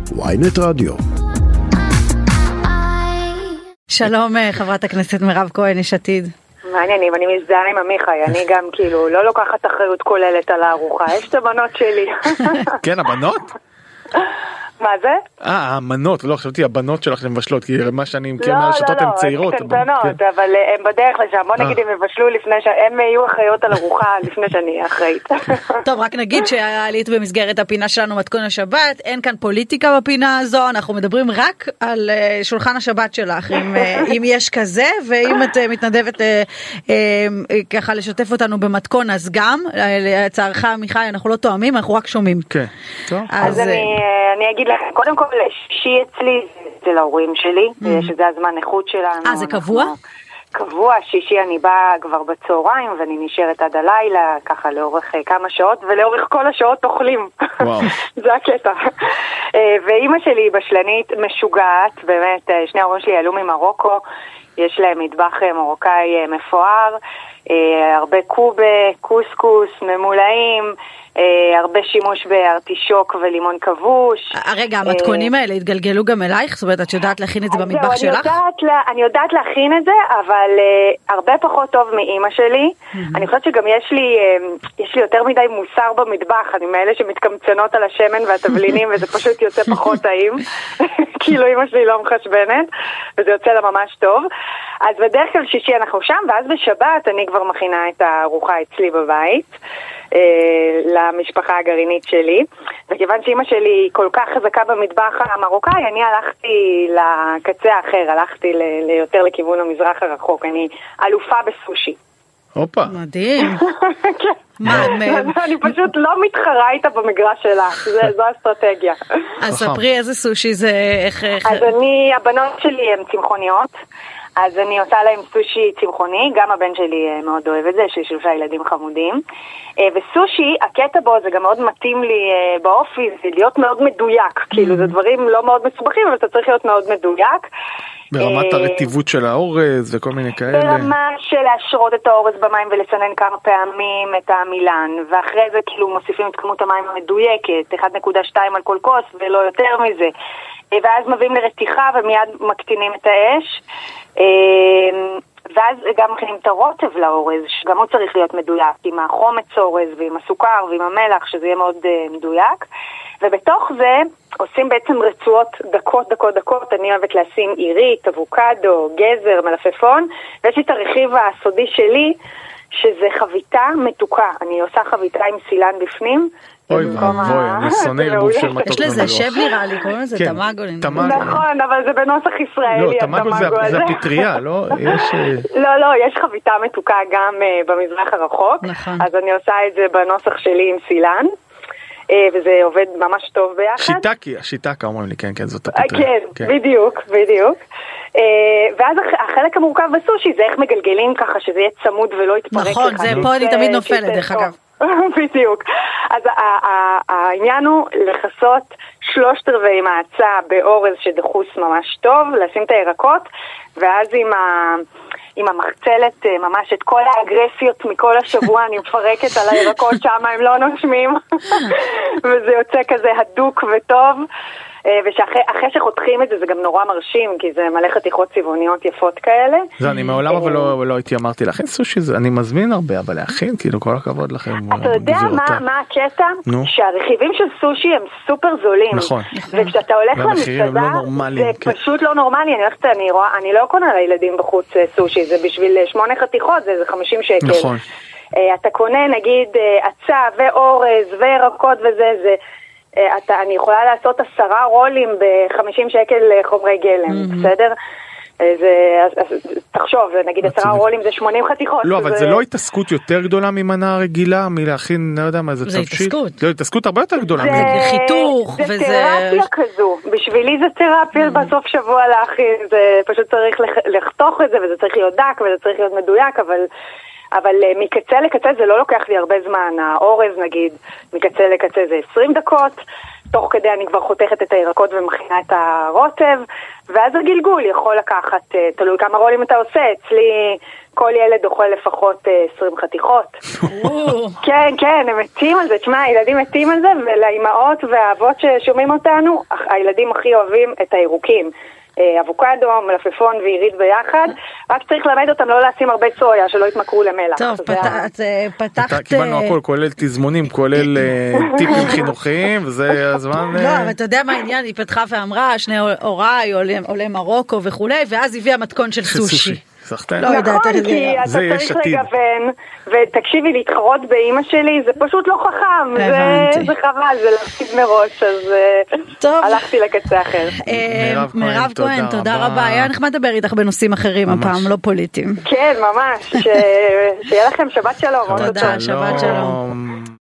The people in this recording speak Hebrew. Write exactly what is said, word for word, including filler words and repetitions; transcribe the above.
וויינט רדיו. שלום חברת הכנסת מירב כהן, יש עתיד. מעניינים, אני מזדהה עם עמיחי, אני גם כאילו לא לוקחת אחריות כוללת על הארוחה, יש את הבנות שלי. כן, הבנות? מה זה? אה, המנות, לא חשבתי, הבנות שלך מבשלות, כי מה שאני מכיר מהרשתות הן צעירות. לא, לא, הן קטנות, אבל הן בדרך לשם, בוא נגיד, הם מבשלו לפני ש... הם יהיו אחראיות על ארוחה לפני שאני אהיה אחראית. טוב, רק נגיד שעלית במסגרת הפינה שלנו מתכון השבת, אין כאן פוליטיקה בפינה הזו, אנחנו מדברים רק על שולחן השבת שלך, אם יש כזה, ואם את מתנדבת ככה לשתף אותנו במתכון, אז גם, לצערך עמיחי, אנחנו לא תואמים, אנחנו רק שומעים. כן, טוב. אז אני אגיד לכם, קודם כל, שישי אצלי, זה להורים שלי, שזה הזמן איכות שלנו. אה, זה קבוע? קבוע, שישי אני באה כבר בצהריים, ואני נשארת עד הלילה, ככה לאורך כמה שעות, ולאורך כל השעות אוכלים. וואו. זה הקטע. ואימא שלי היא בשלנית משוגעת, באמת, שני ההורים שלי עלו ממרוקו, יש להם מטבח מרוקאי מפואר, הרבה קובה, קוסקוס, ממולאים, הרבה שימוש בארטישוק ולימון כבוש. רגע, המתכונים האלה התגלגלו גם אלייך? זאת אומרת, את יודעת להכין את זה במטבח שלך? אני יודעת להכין את זה, אבל הרבה פחות טוב מאמא שלי. אני חושבת שגם יש לי יש לי יותר מדי מוסר במטבח, אני מאלה שמתקמצנות על השמן והתבלינים, וזה פשוט יוצא פחות טעים. כאילו אמא שלי לא מחשבנת, וזה יוצא לה ממש טוב. אז בדרך כלל שישי אנחנו שם, ואז בשבת אני כבר מכינה את הארוחה אצלי בבית. למשפחה הגרעינית שלי, וכיוון שאמא שלי כל כך חזקה במטבח המרוקאי, אני הלכתי לקצה האחר, הלכתי ליותר לכיוון המזרח הרחוק, אני אלופה בסושי. הופה. מדהים. אני פשוט לא מתחרה איתה במגרש שלה, זו האסטרטגיה. אז ספרי איזה סושי זה, איך... אז אני, הבנות שלי הן צמחוניות, אז אני עושה להם סושי צמחוני, גם הבן שלי מאוד אוהב את זה, יש לי שלושה ילדים חמודים. וסושי, הקטע בו זה גם מאוד מתאים לי באופי, זה להיות מאוד מדויק, כאילו זה דברים לא מאוד מסובכים, אבל אתה צריך להיות מאוד מדויק. ברמת הרטיבות של האורז וכל מיני כאלה. ברמה של להשרות את האורז במים ולסנן כמה פעמים את המילן, ואחרי זה כאילו מוסיפים את כמות המים המדויקת, אחת נקודה שתיים על כל כוס ולא יותר מזה. ואז מביאים לרתיחה ומיד מקטינים את האש. ואז גם מכינים את הרוטב לאורז, שגם הוא צריך להיות מדויק, עם החומץ אורז ועם הסוכר ועם המלח, שזה יהיה מאוד uh, מדויק. ובתוך זה עושים בעצם רצועות דקות, דקות, דקות. אני אוהבת לשים עירית, אבוקדו, גזר, מלפפון, ויש לי את הרכיב הסודי שלי, שזה חביתה מתוקה. אני עושה חביתה עם סילן בפנים. אוי ואבוי, אני שונא ערבוב של מתוק. יש לזה שם נראה לי, קוראים לזה תמגו. נכון, אבל זה בנוסח ישראלי. לא, תמגו זה הפטריה, לא? לא, לא, יש חביתה מתוקה גם במזרח הרחוק, אז אני עושה את זה בנוסח שלי עם סילן, וזה עובד ממש טוב ביחד. שיטקי, השיטקה אומרים לי, כן, כן, זאת הפטריה. כן, בדיוק, בדיוק. ואז החלק המורכב בסושי זה איך מגלגלים ככה שזה יהיה צמוד ולא יתפרק. נכון, זה פה אני תמיד נופלת דרך אגב. בדיוק. אז העניין הוא לחסות שלושת רבעי מעצה באורז שדחוס ממש טוב, לשים את הירקות, ואז עם ה... עם המחצלת ממש את כל האגרסיות מכל השבוע, אני מפרקת על הירקות שם, הם לא נושמים, וזה יוצא כזה הדוק וטוב, ואחרי שחותכים את זה, זה גם נורא מרשים, כי זה מלא חתיכות צבעוניות יפות כאלה. זה אני מעולם אבל לא הייתי אמרתי להכין סושי, אני מזמין הרבה, אבל להכין, כאילו כל הכבוד לכם. אתה יודע מה הקטע? שהרכיבים של סושי הם סופר זולים. נכון. וכשאתה הולך למסעדה, זה פשוט לא נורמלי, אני לא קונה לילדים בחוץ סושי, זה בשביל שמונה חתיכות, זה חמישים שקל. נכון. אתה קונה נגיד עצה ואורז וירקות וזה, זה... אתה, אני יכולה לעשות עשרה רולים ב-חמישים שקל חומרי גלם, בסדר? זה, אז, אז, תחשוב, נגיד עשרה רולים זה שמונים חתיכות. לא, אבל זה לא התעסקות יותר גדולה ממנה רגילה, מלהכין, לא יודע מה, זה תבשיל. זה התעסקות. לא, התעסקות הרבה יותר גדולה. זה חיתוך, וזה... זה תרפיה כזו. בשבילי זה תרפיה בסוף שבוע להכין, זה פשוט צריך לחתוך את זה, וזה צריך להיות דק, וזה צריך להיות מדויק, אבל... אבל מקצה לקצה זה לא לוקח לי הרבה זמן, האורז נגיד, מקצה לקצה זה עשרים דקות, תוך כדי אני כבר חותכת את הירקות ומכינה את הרוטב, ואז הגלגול יכול לקחת, תלוי כמה רולים אתה עושה, אצלי כל ילד אוכל לפחות עשרים חתיכות. כן, כן, הם מתים על זה, תשמע, הילדים מתים על זה, ולאימהות והאבות ששומעים אותנו, הילדים הכי אוהבים את הירוקים. אבוקדו, מלפפון ועירית ביחד, רק צריך ללמד אותם לא לשים הרבה סויה, שלא יתמכרו למלח. טוב, פתחת... קיבלנו הכל, כולל תזמונים, כולל טיפים חינוכיים, וזה הזמן... לא, אבל אתה יודע מה העניין, היא פתחה ואמרה, שני הוריי עולה מרוקו וכולי, ואז הביאה מתכון של סושי. סחטן. לא יודעת נכון, איך כי אתה צריך לגוון, ותקשיבי, להתחרות באמא שלי, זה פשוט לא חכם, זה חבל, זה להפסיד מראש, אז הלכתי לקצה אחר. מירב כהן, תודה רבה, היה נחמד לדבר איתך בנושאים אחרים הפעם, לא פוליטיים. כן, ממש, שיהיה לכם שבת שלום. תודה, שבת שלום.